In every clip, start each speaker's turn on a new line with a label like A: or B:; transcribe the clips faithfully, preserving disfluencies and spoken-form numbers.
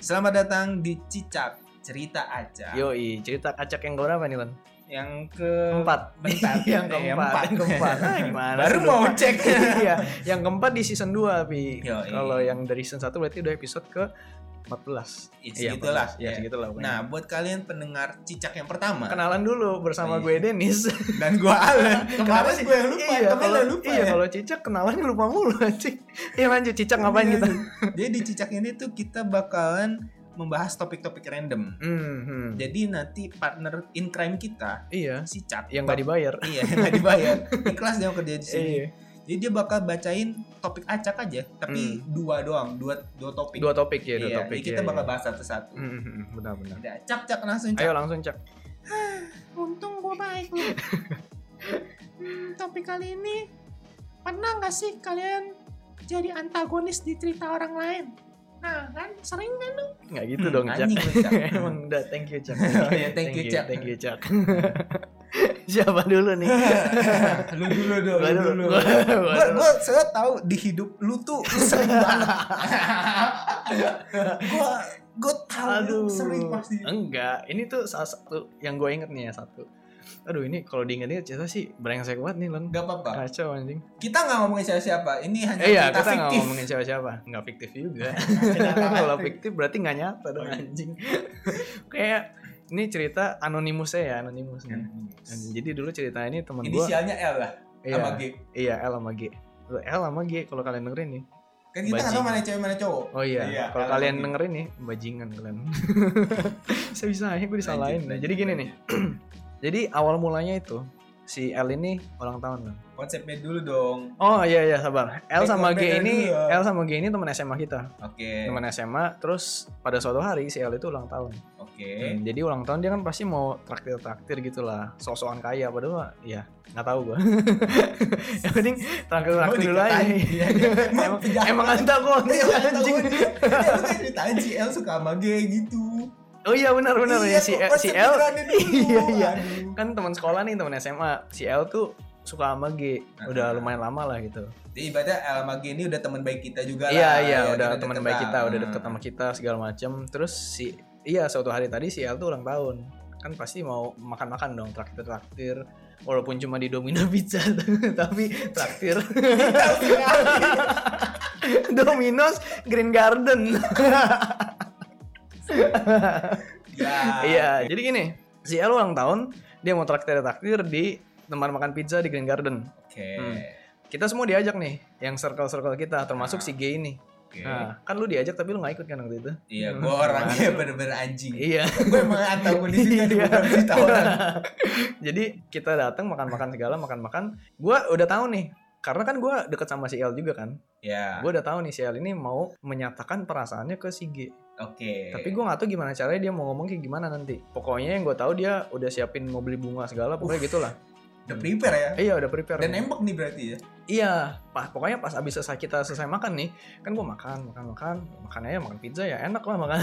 A: Selamat datang di Cicak Cerita Acak.
B: Yoi, cerita acak yang berapa nih, Lan?
A: Yang keempat.
B: Bentar. yang keempat. Yang keempat. Ah, gimana
A: Baru
B: sih,
A: mau
B: lupa.
A: cek.
B: Iya, yang keempat di season dua, Pi.
A: Yoi.
B: Kalau yang dari season satu berarti udah episode ke empat belas.
A: Iya, segitulah.
B: Ya, segitulah.
A: Nah, buat kalian pendengar Cicak yang pertama,
B: kenalan dulu bersama
A: oh, iya.
B: gue Denis
A: dan gue Alan. Kemarin
B: sih?
A: gue yang lupa,
B: iya,
A: kemarin
B: kalau,
A: lupa
B: iya,
A: ya.
B: kalau Cicak kenalannya lupa mulu anjing. Iya, lanjut Cicak ngapain kita?
A: Jadi di Cicak ini tuh kita bakalan membahas topik-topik random.
B: Mm-hmm.
A: Jadi nanti partner in crime kita,
B: iya,
A: si Cak,
B: yang nggak dibayar.
A: Iya, yang nggak dibayar. Ikhlas dia kerja di sini.
B: Iya.
A: Jadi dia bakal bacain topik acak aja, tapi hmm. dua doang, dua dua topik.
B: Dua topik ya, dua
A: iya,
B: topik.
A: Jadi kita
B: iya,
A: bakal
B: iya.
A: bahas satu-satu.
B: Mm-hmm. Benar-benar.
A: Udah, Cak, Cak langsung Cak.
B: Ayo langsung Cak.
C: Untung gue baik nih. hmm, topik kali ini, pernah gak sih kalian jadi antagonis di cerita orang lain? Nah kan, sering kan lu?
B: Nggak gitu
A: Hmm,
B: dong Cak.
A: anjing lu, Cak.
B: Emang udah, thank you Cak.
A: Oh ya, thank you Cak.
B: Thank you Cak. Siapa dulu nih?
A: Lu dulu dong,
B: Gua
A: lu
B: dulu.
A: dulu.
B: Gua, gua
A: Gua
B: dulu.
A: gua saya tahu di hidup lu tuh sering banget. Gua gua tahu lu
B: Aduh.
A: sering pasti.
B: Enggak, ini tuh salah satu yang gue inget nih ya, satu. Aduh, ini kalau diinget-inget cerita sih brengsek banget nih, Lon.
A: Gak apa-apa.
B: Kacau anjing.
A: Kita nggak ngomongin siapa-siapa. Ini hanya
B: Eh, iya,
A: cerita
B: kita nggak
A: fiktif.
B: ngomongin siapa-siapa. Nggak fiktif juga.
A: Kenapa?
B: Kalau fiktif berarti nggak nyata dong,
A: Oh, iya.
B: anjing. Kayak ini cerita anonimusnya ya, anonimus.
A: Kan.
B: Jadi dulu ceritanya ini teman gue.
A: Inisialnya L lah,
B: Iya,
A: sama G.
B: iya, L sama G. L sama G kalau kalian dengerin nih.
A: Kan kita nggak tahu
B: Bajingan.
A: mana cewek mana cowok.
B: Oh iya,
A: Iya,
B: kalau
A: L
B: kalian
A: sama G.
B: dengerin nih, bajingan kalian. Saya bisa aja gue disalahin.
A: Lanjut,
B: Nah, jadi gini nih. Jadi awal mulanya itu si L ini ulang tahun kan.
A: Konsepnya dulu dong.
B: Oh iya iya sabar. L sama G
A: Background
B: ini
A: dulu.
B: L sama G ini teman S M A kita.
A: Oke.
B: Teman S M A, terus pada suatu hari si L itu ulang tahun.
A: Oke.
B: Hmm, jadi ulang tahun dia kan pasti mau traktir-traktir gitulah, sok-sokan kaya padahal ya nggak tahu gua. Yang penting traktir-traktir dulu aja.
A: Iya, iya.
B: emang
A: penjahat.
B: emang antagonis
A: Iya,
B: anjing.
A: Ya, lu kan ceritain si L suka sama G gitu.
B: Oh iya benar benar
A: Iya,
B: ya si
A: kok
B: si L.
A: pikirannya dulu.
B: Iya iya.
A: Aduh.
B: Kan teman sekolah nih, teman S M A. Si L tuh suka sama G. Udah lumayan lama lah gitu.
A: Jadi ibaratnya L sama G ini udah teman baik kita juga
B: Iya
A: lah.
B: iya
A: Ya,
B: udah
A: deket
B: teman
A: lah.
B: baik kita, udah deket
A: Hmm.
B: sama kita segala macam. Terus si iya suatu hari tadi si L tuh ulang tahun. Kan pasti mau makan-makan dong, traktir-traktir. Walaupun cuma di Domino Pizza tapi traktir. Domino's Green Garden.
A: Ya.
B: Iya, jadi gini, si L ulang tahun, dia mau traktir-traktir di tempat makan pizza di Green Garden.
A: Oke.
B: Hmm. Kita semua diajak nih, yang circle-circle kita, termasuk
A: Nah.
B: si G ini.
A: Oke.
B: Nah, kan lu diajak tapi lu gak ikut kan waktu itu?
A: Iya, gue orangnya bener-bener anjing.
B: Iya.
A: Gue emang antagonis itu di
B: Iya.
A: bukan cerita orang.
B: Jadi kita datang makan-makan segala, makan-makan. Gua udah tahu nih, karena kan gua deket sama si L juga kan.
A: Ya.
B: Gua udah tahu nih si L ini mau menyatakan perasaannya ke si G.
A: Oke.
B: Tapi gua nggak tahu gimana caranya dia mau ngomong kayak gimana nanti. Pokoknya yang gua tahu dia udah siapin mau beli bunga segala, pokoknya gitulah.
A: Udah prepare ya.
B: Iya udah prepare.
A: Dan nembak nih berarti ya.
B: Iya, pas pokoknya pas abis selesai kita selesai makan nih, kan gua makan, makan, makan, makan aja makan pizza ya enak lah makan.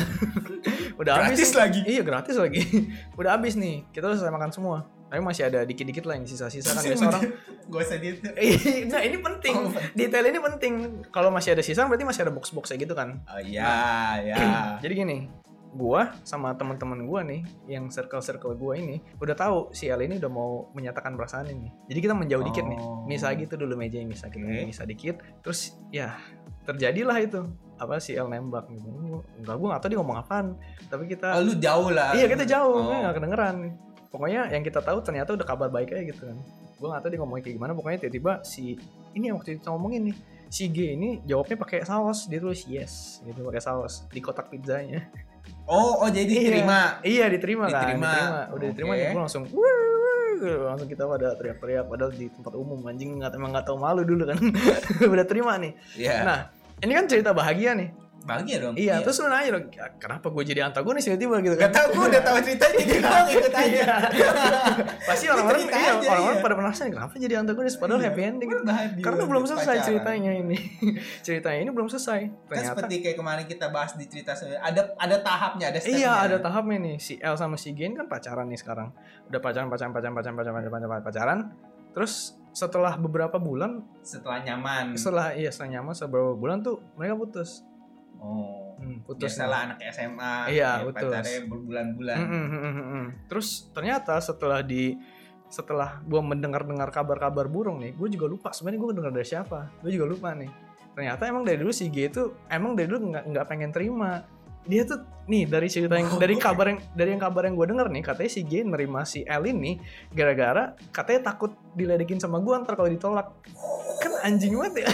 B: Udah
A: Gratis
B: habis
A: lagi.
B: Iya gratis lagi. Udah habis nih, kita udah selesai makan semua. Tapi masih ada dikit-dikit lah yang sisa-sisa kan biasa orang.
A: Gue usah gitu.
B: Nah ini penting,
A: Oh,
B: detail ini penting. Kalau masih ada sisa berarti masih ada box-boxnya gitu kan.
A: Oh iya, ya.
B: Jadi gini, gua sama teman-teman gua nih yang circle-circle gua ini udah tahu si L ini udah mau menyatakan perasaan ini. Jadi kita menjauh dikit nih.
A: Oh.
B: Misal gitu dulu meja misal kita
A: Oke.
B: misal dikit. Terus ya terjadilah itu apa si L nembak gitu. Enggak, gua enggak tahu dia ngomong apaan. Tapi kita
A: Oh, lu jauh lah.
B: iya kita jauh,
A: Oh.
B: nggak kedengeran. Pokoknya yang kita tahu ternyata udah kabar baik aja gitu kan. Gue nggak tahu dia ngomongnya kayak gimana. Pokoknya tiba-tiba si ini yang waktu itu ngomongin nih, si G ini jawabnya pakai saus. Dia tulis yes, gitu pakai saus di kotak pizzanya.
A: Oh, oh jadi
B: Iya.
A: diterima.
B: Iya diterima, kan.
A: Diterima.
B: Udah diterima
A: Oke.
B: ya. Gue langsung, wuh, langsung kita pada teriak-teriak. Padahal di tempat umum anjing nggak emang nggak tahu malu dulu kan. Udah terima nih.
A: Iya.
B: Nah ini kan cerita bahagia nih.
A: Bahagia dong.
B: Iya, terus lu nanya dong, kenapa gue jadi antagonis tiba-tiba gitu
A: Gak
B: kan?
A: tau, gue udah tahu ceritanya jadi gue ngikut aja.
B: Iya. Pasti orang-orang
A: Cerita
B: iya,
A: aja,
B: orang-orang
A: iya.
B: pada penasaran kenapa jadi antagonis padahal
A: Iya,
B: happy ending gitu.
A: bahagia,
B: Karena belum
A: dia
B: selesai
A: pacaran.
B: ceritanya ini. Ceritanya ini belum selesai.
A: Kan
B: Ternyata
A: seperti kayak kemarin kita bahas di cerita sebelumnya, ada ada tahapnya, ada stepnya.
B: iya, ada tahapnya nih. Si L sama si Gen kan pacaran nih sekarang. Udah pacaran, pacaran, pacaran, pacaran, pacaran, pacaran, pacaran, pacaran. Terus setelah beberapa bulan,
A: Setelah nyaman.
B: setelah iya setelah nyaman, setelah beberapa bulan tuh mereka putus.
A: Oh.
B: Hmm, putus.
A: Biasalah anak S M A,
B: Iya,
A: ya,
B: putus.
A: pacarnya berbulan-bulan.
B: Mm, mm, mm, mm, mm. Terus ternyata setelah di setelah gue mendengar-dengar kabar-kabar burung nih, gue juga lupa sebenarnya gue dengar dari siapa. Gue juga lupa nih. Ternyata emang dari dulu si G itu emang dari dulu nggak nggak pengen terima. Dia tuh nih dari cerita yang dari kabar yang dari yang kabar yang gue denger nih, katanya si G nerima si L ini gara-gara katanya takut diledekin sama gue ntar kalau ditolak. Kan anjing banget ya.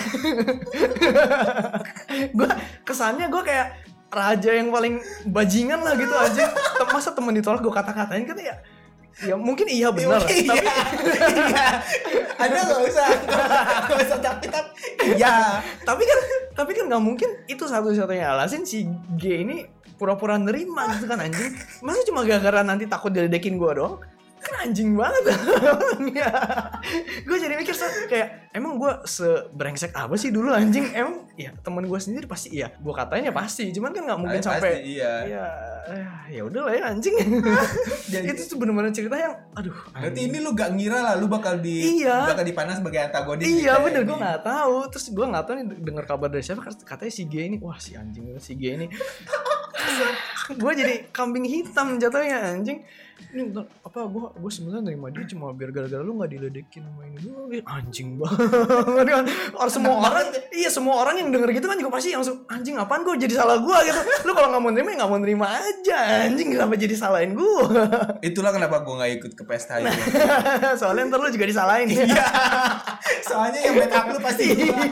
B: Gue kesannya gue kayak raja yang paling bajingan lah gitu aja. Masa temen ditolak gue kata-katain kan ya. Ya mungkin iya benar,
A: iya,
B: tapi
A: iya. Ada nggak usah, nggak usah tapi tapi iya.
B: tapi kan tapi kan nggak mungkin itu satu-satunya alasan si G ini pura-pura nerima gitu kan anjing. Masa cuma gara-gara nanti takut diledekin gue doang? Kan anjing banget. Gue jadi mikir kayak emang gue sebrengsek apa sih dulu anjing. Emang ya temen gue sendiri pasti iya. Gue katain ya pasti. Cuman kan nggak mungkin
A: Ay,
B: sampai.
A: pasti, iya.
B: Ya ya udah lah ya anjing. Itu tuh bener-bener cerita yang aduh.
A: Berarti ini lu gak ngira lah lu bakal di
B: iya.
A: bakal dipandang sebagai antagonis.
B: Iya bener gue nggak tahu. Terus gue nggak tahu nih dengar kabar dari siapa katanya si G ini wah si anjing si G ini. Gue jadi kambing hitam jatuhnya anjing. Ini apa gue gue sebenarnya nerima dia cuma biar gara-gara lu nggak diledekin sama ini lu anjing banget kan. Orang semua orang iya semua orang yang denger gitu kan juga pasti langsung anjing apaan gue jadi salah gue gitu. Lu kalau nggak mau nerima nggak mau nerima aja anjing kenapa jadi salahin gue.
A: Itulah kenapa gue nggak ikut ke pesta itu.
B: Soalnya ntar lu juga disalahin.
A: Iya. Soalnya yang backup lu pasti gue.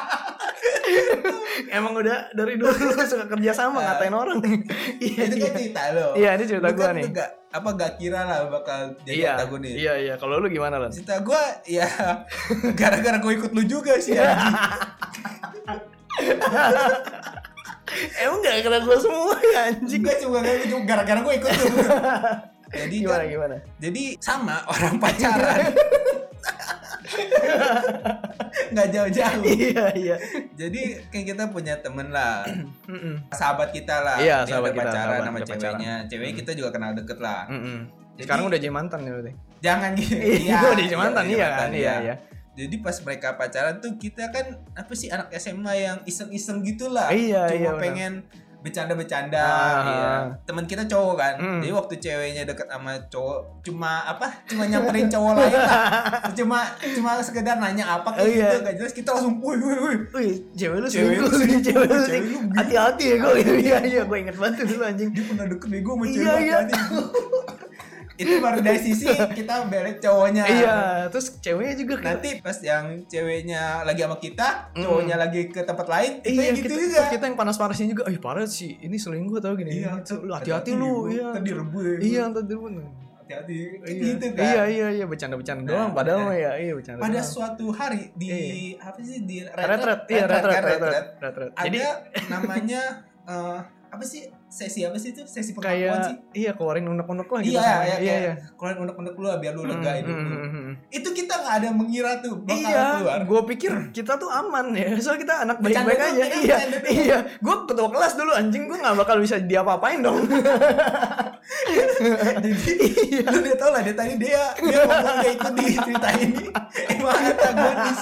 B: Emang udah dari dulu lu suka kerja sama uh, ngatain orang.
A: Iya itu kan cerita lo.
B: Iya ini cerita gue nih.
A: Gak, apa gak kira lah bakal jadi
B: iya,
A: antagonis.
B: Iya iya. Kalau lu gimana Lan?
A: Cerita gue ya gara-gara gue ikut lu juga sih.
B: Emang gak gara gue semua ya anjing.
A: Gue cuma gara-gara gue ikut lu. Jadi
B: gimana
A: kan,
B: gimana?
A: Jadi sama orang pacaran. Nggak jauh-jauh.
B: Iya iya.
A: Jadi kayak kita punya temen lah, sahabat kita lah.
B: Iya
A: dia
B: sahabat
A: ada
B: kita.
A: pacaran
B: Sahabat,
A: sama
B: ada
A: ceweknya.
B: pacaran.
A: Ceweknya
B: Mm.
A: kita juga kenal deket lah.
B: Mm-mm.
A: Jadi,
B: sekarang udah jadi mantan ya berarti.
A: Jangan gitu.
B: Iya udah jadi mantan iya kan iya iya.
A: Jadi pas mereka pacaran tuh kita kan apa sih anak S M A yang iseng-iseng gitulah.
B: Iya
A: Cuma
B: iya.
A: pengen bercanda-bercanda,
B: ah.
A: iya. Teman kita cowok kan,
B: mm.
A: jadi waktu ceweknya deket sama cowok, cuma apa, cuma nyamperin cowok lain lah, cuma cuma sekedar nanya apa kayak
B: oh, iya.
A: gitu, gak jelas kita langsung, wih wih wih,
B: wih cewek lu
A: cewek lu
B: sih, cewek lu
A: cewek lu,
B: hati-hati ya gue, iya iya gue inget banget dulu anjing,
A: dia pernah deket bego sama cewek,
B: iya iya.
A: Itu baru dari sisi kita balik cowoknya.
B: Iya, terus ceweknya juga kayak...
A: nanti pas yang ceweknya lagi sama kita, cowoknya mm. lagi ke tempat lain, kita
B: iya,
A: gitu
B: kita,
A: juga.
B: Kita yang panas-panasnya juga, ih parah sih, ini selingkuh tau gini.
A: Iya,
B: lu hati-hati lu, iya.
A: Tadi direbut.
B: Iya, tadi direbut.
A: Hati-hati,
B: iya.
A: gitu kan.
B: Iya, iya, iya, bercanda-bercanda nah, doang, padahal mah ya, iya bercanda.
A: Pada
B: doang.
A: suatu hari di
B: iya.
A: apa sih di
B: retret, iya retret, retret, retret.
A: Ada namanya uh, apa sih sesi apa sih itu sesi pengakuan
B: kayak,
A: sih
B: iya keluarin unek-unek lah gitu
A: iya
B: sama,
A: iya
B: iya, iya.
A: keluarin unek-unek lu biar lu lega
B: mm,
A: hidup
B: mm,
A: lu
B: mm, mm.
A: itu kita nggak ada mengira tuh bakal
B: iya,
A: keluar
B: gue pikir kita tuh aman ya soalnya kita anak baik-baik
A: bercanda
B: aja
A: tuh,
B: iya
A: bercanda
B: iya gue ketua kelas dulu anjing gue nggak bakal bisa diapa-apain dong.
A: Jadi iya. Lu dia tau lah dia tadi dia dia ngomong kayak ikut di cerita ini emang antagonis.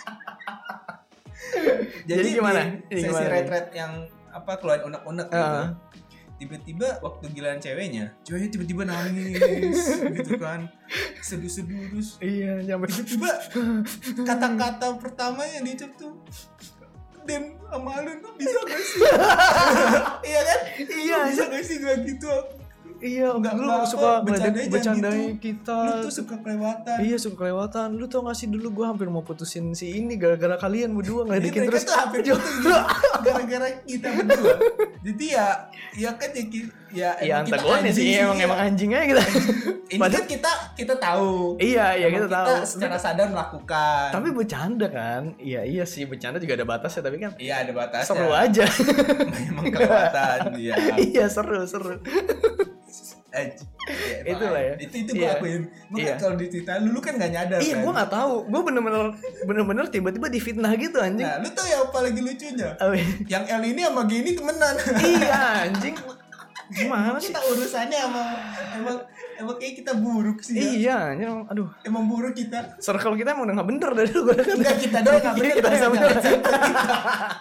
A: Jadi,
B: Jadi gimana?
A: Di sesi
B: gimana
A: retret yang apa keluarin unek-unek gitu.
B: Uh.
A: Tiba-tiba waktu giliran ceweknya, ceweknya tiba-tiba nangis gitu kan. Seduh-seduh terus.
B: Iya, sampai
A: tiba-tiba kata-kata pertama yang diucap tuh Den sama Alun bisa gak sih? Iya kan?
B: Iya,
A: bisa gak sih gak gitu aku?
B: Iya,
A: enggak
B: lu
A: apa,
B: suka
A: bercandai
B: bercandain
A: gitu.
B: kita.
A: Lu tuh suka kelewatan.
B: Iya, suka kelewatan. Lu tau gak sih dulu gue hampir mau putusin si ini gara-gara kalian berdua ngeledekin terus.
A: Tuh hampir putus gitu, gara-gara kita berdua. Jadi ya, ya kan ya ya,
B: ya antagonis sih, emang emang anjing aja kita.
A: Ini Padahal, kan kita kita tahu.
B: Iya, iya kita, kita tahu.
A: Kita secara sadar melakukan.
B: Tapi bercanda kan? Iya, iya sih bercanda juga ada batasnya, tapi kan.
A: Iya, ada batasnya.
B: Seru aja.
A: Memang kelewatan, iya.
B: Iya, seru, seru.
A: Ya,
B: itulah ya
A: itu itu gue
B: iya.
A: akuin makanya
B: iya.
A: kalau diceritain lu, lu kan gak nyadar
B: iya
A: kan?
B: Gue gak tahu gue bener-bener bener-bener tiba-tiba difitnah gitu anjing.
A: Nah lu tau ya apa lagi lucunya
B: oh, iya.
A: yang L ini sama G ini temenan.
B: Iya anjing gimana sih
A: kita urusannya emang emang emang kayak kita buruk sih ya.
B: Iya anjing aduh
A: emang buruk kita
B: circle kita emang udah gak bener dari dulu.
A: Enggak kita doang gak bener
B: kita gak bener.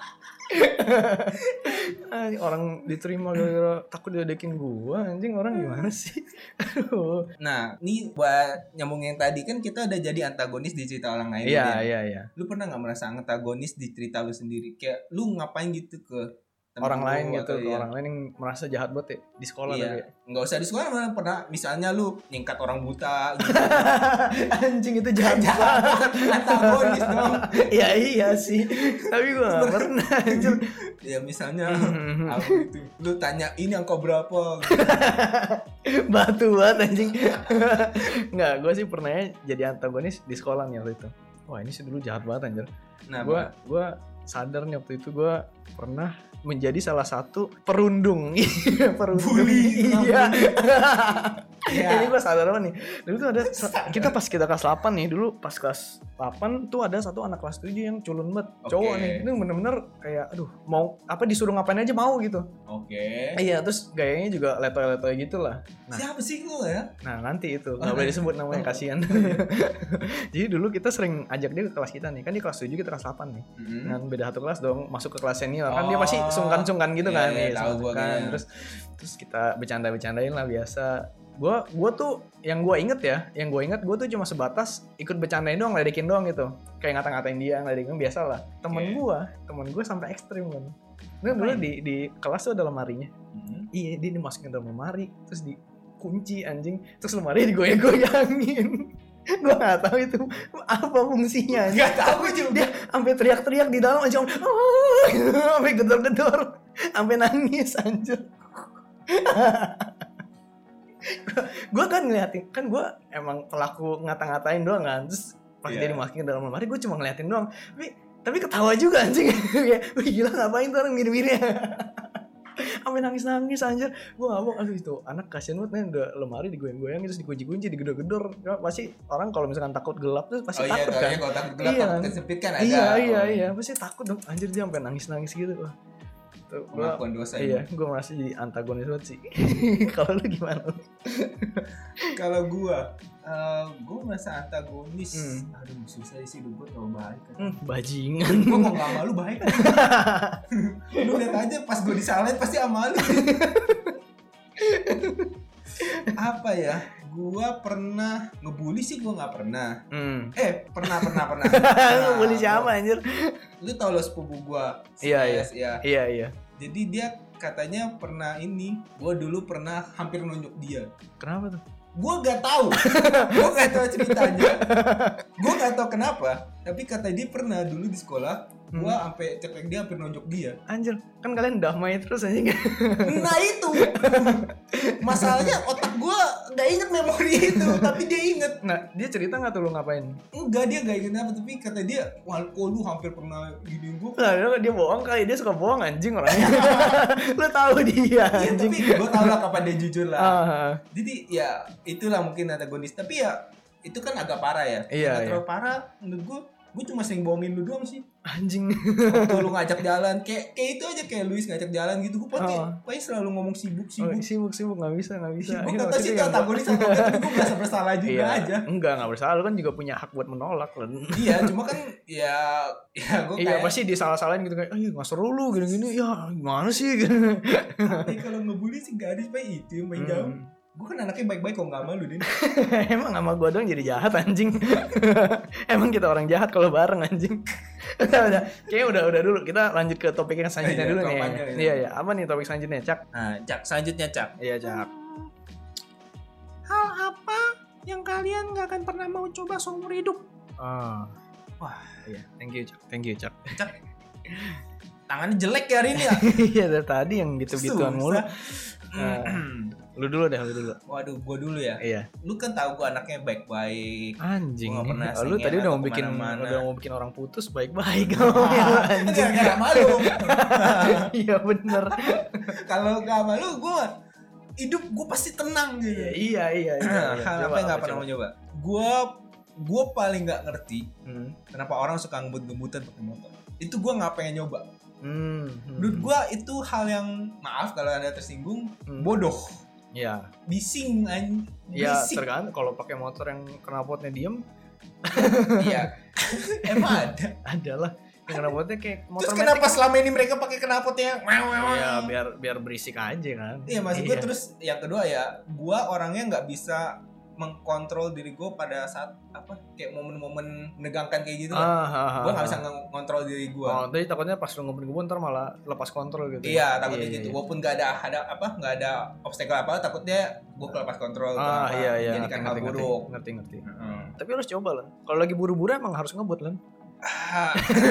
B: Anjing, orang diterima gara-gara takut diledekin gua, anjing orang gimana sih? Aduh.
A: Nah, nih buat nyambung yang tadi kan kita udah jadi antagonis di cerita orang lain.
B: Iya,
A: Din.
B: iya, iya.
A: Lu pernah nggak merasa antagonis di cerita lu sendiri? Kayak lu ngapain gitu ke temen
B: Orang
A: lu
B: lain gitu,
A: atau
B: ke
A: iya.
B: orang lain yang merasa jahat banget ya di sekolah
A: Iya,
B: tapi.
A: nggak usah di sekolah malah pernah misalnya lu nyingkat orang buta gitu.
B: Anjing itu jahat
A: Jahat, antagonis dong.
B: Iya iya sih. Tapi gua gak pernah anjir.
A: Ya misalnya apa gitu. Lu tanya ini angka berapa gitu.
B: Batu banget anjing. Enggak, gue sih pernah jadi antagonis di sekolah nih waktu itu. Wah, ini sih dulu jahat banget anjir.
A: Nah,
B: Gua gua sadar nih waktu itu gua pernah menjadi salah satu perundung. Perundung.
A: Bully,
B: Iya.
A: Ya.
B: Ini gue sadar apa nih. Dulu tuh ada kita pas kita kelas delapan nih, dulu pas kelas delapan tuh ada satu anak kelas tujuh yang culun banget.
A: Oke.
B: Cowok nih. Itu bener-bener kayak aduh, mau apa disuruh ngapain aja mau gitu.
A: Oke.
B: Iya, terus gayanya juga letoy-letoy gitu lah. Nah,
A: Siapa sih lu ya?
B: nah nanti itu nggak boleh disebut namanya, kasihan. Jadi dulu kita sering ajak dia ke kelas kita nih. Kan di kelas tujuh kita kelas delapan nih.
A: Mm-hmm.
B: Kan beda satu kelas dong, masuk ke kelas senior. Kan dia
A: Oh.
B: pasti sungkan-sungkan gitu
A: Iya,
B: kan.
A: iya,
B: Iya,
A: tahu gua
B: sungkan.
A: kayaknya.
B: Terus terus kita bercanda-bercandain lah biasa. Gua gua tuh yang gua inget ya, yang gua inget gua tuh cuma sebatas ikut bercandain doang, ledekin doang gitu. Kayak ngata-ngatain dia, ngeledekin biasa lah. Temen
A: Oke.
B: gua, temen gua sampai ekstrim kan. Nah, dulu di di kelas tuh ada lemarinya.
A: Hmm.
B: Iya, dia dimasukin dalam lemari, terus dikunci anjing, terus lemari digoyang-goyangin. Gua nggak tahu itu apa fungsinya. anjing.
A: Gak tahu juga.
B: Dia sampai teriak-teriak di dalam aja, oh, gitu, sampai gedor-gedor, sampai nangis anjir. Gue kan ngeliatin, kan gue emang pelaku ngata-ngatain doang kan, terus pas
A: Iya.
B: dia dimasukin ke dalam lemari gue cuma ngeliatin doang, tapi tapi ketawa juga anjing. Kayak, wih gila ngapain tuh orang gini-gini. Sampai nangis-nangis anjir. Gue ngabok, aduh itu anak kasihan banget nih, udah lemari digoyang-goyangin terus dikunci-kunci, digedor-gedor. Ya, pasti orang kalau misalkan takut gelap tuh pasti
A: Oh iya,
B: takut kan.
A: iya, kalau takut gelap,
B: Iya.
A: takut kesempit kan ada.
B: Iya iya
A: Oh,
B: iya, pasti takut dong. Anjir dia sampai nangis-nangis gitu. Wah. Tuh, gua,
A: Pengakuan dosa.
B: iya,
A: ini.
B: gue merasa jadi antagonis banget sih. Kalau lu gimana?
A: Kalau gua, uh, gua merasa antagonis.
B: Hmm.
A: Aduh, susah sih hidup gua terlalu baik. Kan.
B: Hmm, bajingan.
A: Gua mau nggak malu baik kan. Lu lihat aja pas gua disalahin pasti sama lu. Apa ya? Gua pernah ngebully sih, gua nggak pernah.
B: Hmm.
A: Eh, pernah pernah pernah.
B: Lu bully
A: Nah,
B: siapa anjir?
A: Lu tau lo sepupu gua. si
B: Iya, iya.
A: S, ya.
B: Iya iya.
A: Jadi dia katanya pernah ini, gua dulu pernah hampir nunjuk dia.
B: Kenapa tuh?
A: Gua gak tahu, gua gak tahu ceritanya, gua gak tahu kenapa. Tapi kata dia pernah dulu di sekolah, gua sampai ceklek dia hampir nunjuk dia.
B: Anjir, kan kalian damai terus anjing.
A: Nah itu, masalahnya otak gua gak inget memori itu, tapi dia inget.
B: Nah, dia cerita nggak tuh lu ngapain?
A: Enggak, dia gak inget apa, tapi kata dia, wah kok lu hampir pernah gini gua.
B: Nah, dia bohong kali, dia suka bohong anjing orangnya. Lu tahu dia
A: Iya,
B: anjing.
A: tapi gua tau lah kapan dia jujur lah.
B: Ah,
A: Jadi ya itulah mungkin antagonis, tapi ya itu kan agak parah ya.
B: Iya,
A: Nggak
B: iya.
A: terlalu parah menurut gua. Gue cuma sering bohongin lu doang sih.
B: anjing.
A: Waktu lu ngajak jalan, kayak kayak itu aja, kayak Luis ngajak jalan gitu. Gue pasti
B: Oh.
A: pasti selalu ngomong sibuk
B: Oh,
A: sibuk.
B: sibuk sibuk nggak bisa nggak bisa.
A: Gue
B: Iya,
A: kata
B: maksudnya
A: sih itu
B: yang-
A: antagonis atau enggak, tapi gue merasa bersalah juga
B: Iya,
A: aja.
B: enggak enggak bersalah, lu kan juga punya hak buat menolak kan.
A: Iya, cuma kan ya ya gue
B: Iya
A: kayak
B: pasti disalah-salahin gitu kayak, "Ih, nggak seru lu gini-gini." Ya, gimana sih gitu.
A: tapi kalau ngebully sih gak ada supaya itu yang paling jauh.
B: Hmm.
A: Gue kan anaknya baik-baik kok, gak malu Din.
B: Emang sama gua doang jadi jahat anjing. Emang kita orang jahat kalau bareng anjing. udah udah, kayaknya udah udah dulu. Kita lanjut ke topik yang selanjutnya
A: Iya,
B: dulu
A: kalau
B: nih.
A: panjang ini.
B: Iya iya, apa nih topik selanjutnya, Cak?
A: Nah, Cak, selanjutnya Cak.
B: Iya, Cak.
C: Hal apa yang kalian gak akan pernah mau coba seumur hidup?
B: Ah. Wah, iya. Thank you, Cak. Thank you, Cak.
A: Tangannya jelek ya hari ini ya.
B: Iya, dari tadi yang gitu-gituan mulu.
A: Susah.
B: Ah. Lu dulu deh, lu dulu.
A: Waduh, gue dulu ya.
B: Iya.
A: Lu kan tahu gue anaknya baik-baik.
B: Anjing.
A: Gua nggak pernah
B: Oh, lu
A: sengen
B: tadi udah
A: atau
B: mau bikin
A: kemana-mana.
B: udah mau bikin orang putus baik-baik. Oh, anjing.
A: Gak malu.
B: Iya bener.
A: Kalau gak malu gue hidup gue pasti tenang gitu.
B: Iya iya iya. iya.
A: Hal
B: Coba,
A: apa yang gak pernah
B: coba?
A: mau coba? Gue gue paling gak ngerti
B: Hmm.
A: kenapa orang suka ngebut-ngebutan pakai motor. Itu gue gak pengen nyoba.
B: Hmm. hmm.
A: Menurut gue itu hal yang, maaf kalau ada tersinggung,
B: Hmm.
A: bodoh,
B: Ya,
A: bising, an-
B: ya
A: bising.
B: tergantung kalau pakai motor yang knalpotnya diem
A: Iya. Emang ada.
B: adalah Yang knalpotnya kayak motor
A: Terus
B: metik.
A: kenapa selama ini mereka pakai knalpotnya?
B: Ya biar biar berisik aja kan.
A: Iya maksud gue. Terus yang kedua ya, gue orangnya nggak bisa mengkontrol diri gue pada saat apa kayak momen-momen menegangkan kayak gitu kan.
B: Ah, ah, ah,
A: Gue nggak
B: ah.
A: bisa ngontrol diri gue.
B: Oh, tadi takutnya pas lu ngebut-ngebut ntar malah lepas kontrol gitu.
A: Iya takutnya
B: Iya,
A: gitu.
B: iya.
A: Walaupun nggak ada ada apa nggak ada obstacle apa, takutnya gue kelepas kontrol.
B: Ah
A: apa,
B: iya iya.
A: Jadikan hal
B: Ngerti, ngerti,
A: buruk.
B: ngerti ngerti.
A: Heeh.
B: Tapi lu harus coba lah. Kalau lagi buru-buru emang harus ngebut lan.
A: Ah,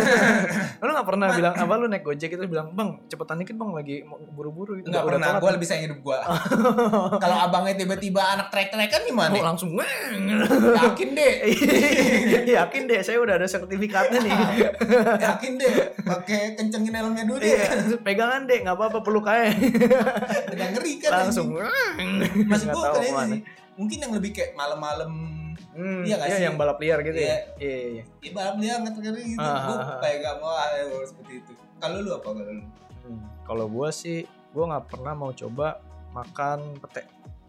B: Lu nggak pernah bilang apa lu naik Gojek itu bilang bang cepetan dikit bang lagi mau buru-buru gitu.
A: nggak
B: Udah
A: pernah.
B: telat.
A: Gue lebih sayang hidup gue. Kalau abangnya tiba-tiba anak trek-trekan gimana?
B: Oh, langsung weng.
A: Yakin deh.
B: Yakin deh saya udah ada sertifikatnya nih.
A: Yakin deh. Pakai kencengin helmnya dulu deh.
B: Iya, pegangan deh nggak apa-apa peluk aja.
A: Udah ngeri kan.
B: Langsung
A: anjing.
B: weng.
A: Masih
B: Nggak
A: gue
B: tahu
A: kayaknya
B: kemana.
A: sih. Mungkin yang lebih kayak malam-malam.
B: Hmm,
A: Iya nggak
B: iya
A: sih?
B: yang balap liar gitu
A: Iya.
B: ya. Iya iya.
A: Ya balap dia ngeter gitu.
B: Ah,
A: Gue
B: ah, ah.
A: kayak gak mau hal seperti itu. Kalau lu apa kalau lu?
B: Hmm, kalau gua sih gua nggak pernah mau coba makan pete.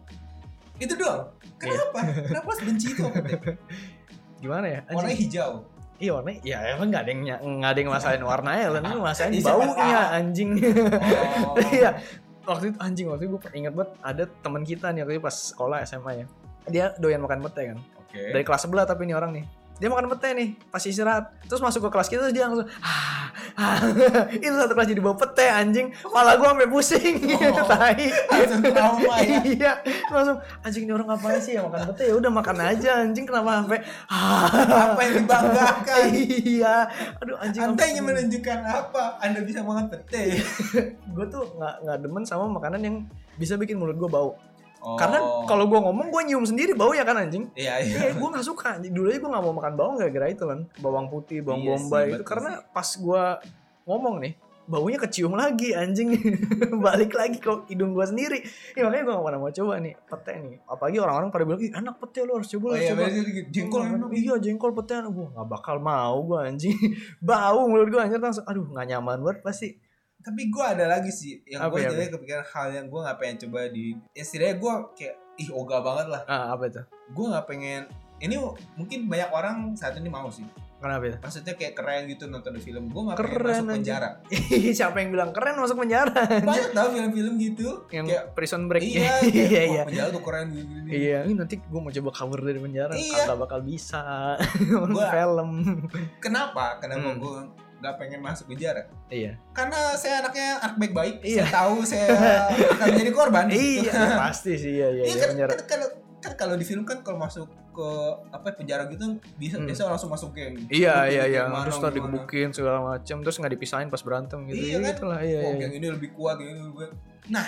A: Itu doang. Kenapa? Kenapa harus benci itu apa teh?
B: Gimana ya? Anjing.
A: Warnanya hijau.
B: Iya warnanya, ya emang nggak ada yang ny- nggak ada yang masalahin warnanya, lan itu masalahin
A: Iya, siapa
B: baunya
A: tahu.
B: anjing.
A: Oh.
B: Iya, waktu itu anjing waktu itu gue ingat banget ada teman kita nih waktu itu pas sekolah S M A ya, dia doyan makan pete kan,
A: Oke.
B: dari kelas sebelah tapi ini orang nih, dia makan pete nih pas istirahat, terus masuk ke kelas kita terus dia langsung, ah, ah. Itu satu kelas jadi bau pete anjing, malah gue sampai pusing,
A: Oh.
B: tai.
A: Langsung trauma ya.
B: Iya, langsung anjing ini orang ngapain sih ya makan pete, ya udah makan aja anjing kenapa sampai ah.
A: Apa yang dibanggakan?
B: Iya, aduh anjing.
A: Anda ingin menunjukkan apa? Anda bisa makan pete.
B: Gue tuh nggak nggak demen sama makanan yang bisa bikin mulut gue bau.
A: Oh.
B: Karena kalau gue ngomong gue nyium sendiri bau ya kan anjing.
A: Iya iya.
B: Iya, gue nggak suka. Dulu aja gue nggak mau makan bawang gara-gara itu kan, bawang putih, bawang
A: Iya
B: bombay
A: sih,
B: itu.
A: betul
B: Karena
A: sih.
B: pas gue ngomong nih, baunya kecium lagi anjing, balik lagi ke hidung gue sendiri. Ya makanya gue gak pernah mau coba nih pete nih. Apalagi orang-orang pada bilang, ih enak pete lo harus coba,
A: Oh
B: harus
A: iya,
B: coba.
A: bener, jengkol
B: Oh,
A: enak.
B: iya jengkol pete enak. Gue gak bakal mau gue anjing. Bau mulut gue anjir langsung. Aduh gak nyaman banget pasti.
A: Tapi gue ada lagi sih yang
B: Apa
A: gue
B: ya,
A: jadi kepikiran hal yang gue nggak pengen coba di. Istilahnya gue kayak ih ogah banget lah.
B: Ah apa itu?
A: Gue nggak pengen. Ini mungkin banyak orang saat ini mau sih.
B: Kenapa itu?
A: Maksudnya kayak keren gitu nonton di film. Gue nggak pengen
B: Keren
A: masuk
B: anjing.
A: penjara.
B: Ih, siapa yang bilang keren masuk penjara?
A: Banyak tau film-film gitu.
B: Yang
A: kayak
B: prison break.
A: iya,
B: iya
A: kayak,
B: iya.
A: wah, penjara tuh keren gini. gini.
B: Iya, ini nanti gue mau coba kabur dari penjara,
A: Iya.
B: kagak bakal bisa.
A: Gua-
B: Film.
A: Kenapa? Kenapa
B: Hmm.
A: gue nggak pengen masuk penjara?
B: Iya.
A: Karena saya anaknya anak baik-baik.
B: Iya.
A: Saya tahu saya akan menjadi korban. di situ.
B: Iya, pasti sih iya iya,
A: Iya
B: iya
A: kan,
B: penjara.
A: kan, kan, kan kalau di film kan kalau masuk ke apa penjara gitu bisa
B: Hmm.
A: biasa langsung masuk geng.
B: Iya
A: Geng
B: iya iya,
A: mana,
B: terus tadi
A: gimana.
B: digebukin segala macam, terus nggak dipisahin pas berantem gitu.
A: Iya kan?
B: Itulah iya
A: Oh,
B: iya.
A: geng ini lebih kuat geng ini lebih kuat. Nah,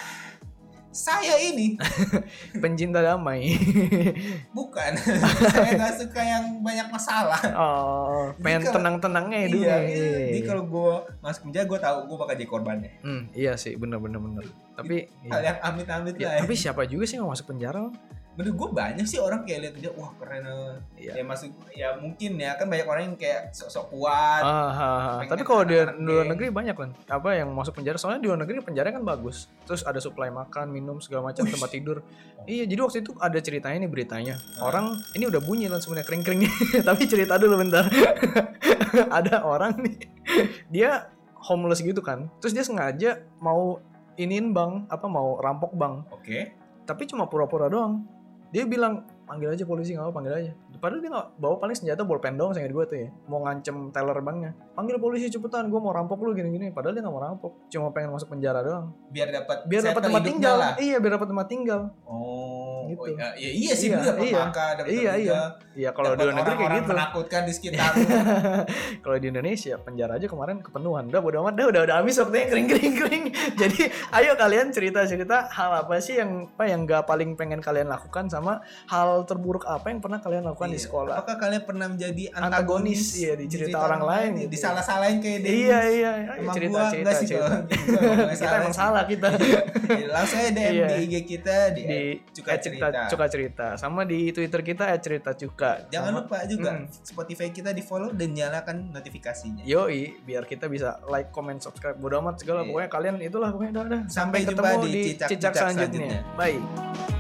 A: saya ini
B: Pencinta damai.
A: bukan. Saya nggak suka yang banyak masalah.
B: Oh, pengen
A: kalau-
B: tenang-tenangnya
A: Iya,
B: dulu.
A: iya.
B: Iya,
A: Jadi
B: iya.
A: kalau gue masuk penjara gue tahu gue bakal jadi korbannya.
B: Hmm, iya sih, bener bener bener. Tapi
A: Hal
B: iya.
A: yang amit-amit
B: Ya,
A: lah.
B: tapi siapa juga sih yang mau masuk penjara?
A: Menurut gue banyak sih orang kayak lihat dia wah keren. eh.
B: Iya.
A: Ya masuk ya mungkin ya kan banyak orang yang kayak sok-sok kuat.
B: Ah, ah, ah.
A: pengen
B: Tapi kalau di
A: anak-anak
B: luar
A: geng.
B: negeri banyak kan apa yang masuk penjara, soalnya di luar negeri penjara kan bagus, terus ada supply makan minum segala macam,
A: Wih.
B: tempat tidur. Iya, jadi waktu itu ada ceritanya nih beritanya,
A: Ah.
B: orang ini udah bunyi kan sebenarnya kering kering tapi cerita dulu bentar. Ada orang nih dia homeless gitu kan, terus dia sengaja mau iniin bank apa mau rampok bank,
A: Oke.
B: tapi cuma pura-pura doang. Dia bilang panggil aja polisi, nggak apa panggil aja. Padahal dia nggak bawa paling senjata bolpen doang, seingat gue tuh ya. Mau ngancem teller banknya. Panggil polisi cepetan, gue mau rampok lu gini-gini. Padahal dia nggak mau rampok, cuma pengen masuk penjara doang.
A: Biar dapat
B: Biar dapat
A: settle
B: tempat
A: hidupnya
B: tinggal.
A: lah.
B: Iya, biar dapat tempat tinggal.
A: Oh,
B: Gitu.
A: oh iya, ya, iya sih
B: Iya,
A: bener dapat
B: iya.
A: makan, dapat
B: Iya,
A: tempat
B: iya.
A: tinggal,
B: Iya, kalau di
A: dapat
B: luar negeri kayak
A: orang-orang
B: gitu.
A: menakutkan di sekitar.
B: Kalau di Indonesia penjara aja kemarin kepenuhan. Udah bodo amat, dah udah udah habis waktunya kering kering kering. Jadi ayo kalian cerita-cerita hal apa sih yang apa yang gak paling pengen kalian lakukan, sama hal terburuk apa yang pernah kalian lakukan di
A: Iya.
B: sekolah.
A: Apakah kalian pernah menjadi
B: Antagonis,
A: antagonis,
B: iya, di cerita orang lain
A: nih?
B: gitu.
A: Dissalah-salahin kayak Dennis?
B: Iya iya, ayo
A: Emang
B: cerita
A: gua
B: cerita
A: enggak sih
B: cerita.
A: kalau gitu, gua nggak
B: Kita
A: salah
B: emang
A: sih.
B: salah kita.
A: Ya, langsung aja D M
B: Iya.
A: di I G kita di,
B: Di
A: Cuka
B: eh, cerita
A: Cerita.
B: Cuka Cerita, sama di Twitter kita at cerita cuka.
A: Jangan
B: Sama-
A: lupa juga
B: Hmm.
A: Spotify kita di follow dan nyalakan notifikasinya.
B: Yoi, biar kita bisa like, comment, subscribe, bodo amat segala.
A: Iya.
B: Pokoknya kalian itulah pokoknya udah, udah.
A: Sampai jumpa
B: ketemu
A: di
B: di
A: cicak-cicak
B: cicak selanjutnya.
A: selanjutnya.
B: Bye.